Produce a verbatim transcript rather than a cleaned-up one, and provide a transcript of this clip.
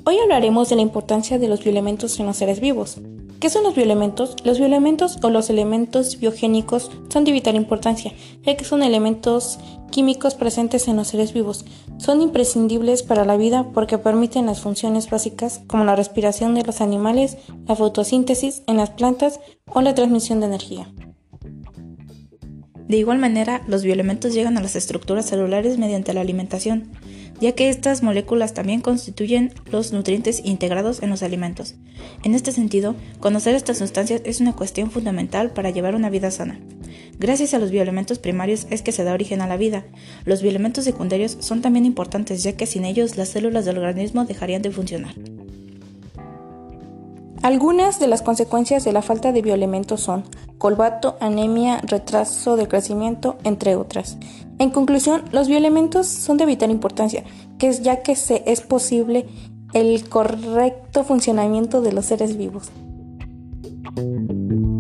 Hoy hablaremos de la importancia de los bioelementos en los seres vivos. ¿Qué son los bioelementos? Los bioelementos o los elementos biogénicos son de vital importancia, ya que son elementos químicos presentes en los seres vivos. Son imprescindibles para la vida porque permiten las funciones básicas como la respiración de los animales, la fotosíntesis en las plantas o la transmisión de energía. De igual manera, los bioelementos llegan a las estructuras celulares mediante la alimentación, ya que estas moléculas también constituyen los nutrientes integrados en los alimentos. En este sentido, conocer estas sustancias es una cuestión fundamental para llevar una vida sana. Gracias a los bioelementos primarios es que se da origen a la vida. Los bioelementos secundarios son también importantes, ya que sin ellos las células del organismo dejarían de funcionar. Algunas de las consecuencias de la falta de bioelementos son colbato, anemia, retraso del crecimiento, entre otras. En conclusión, los bioelementos son de vital importancia, que es ya que se es posible el correcto funcionamiento de los seres vivos.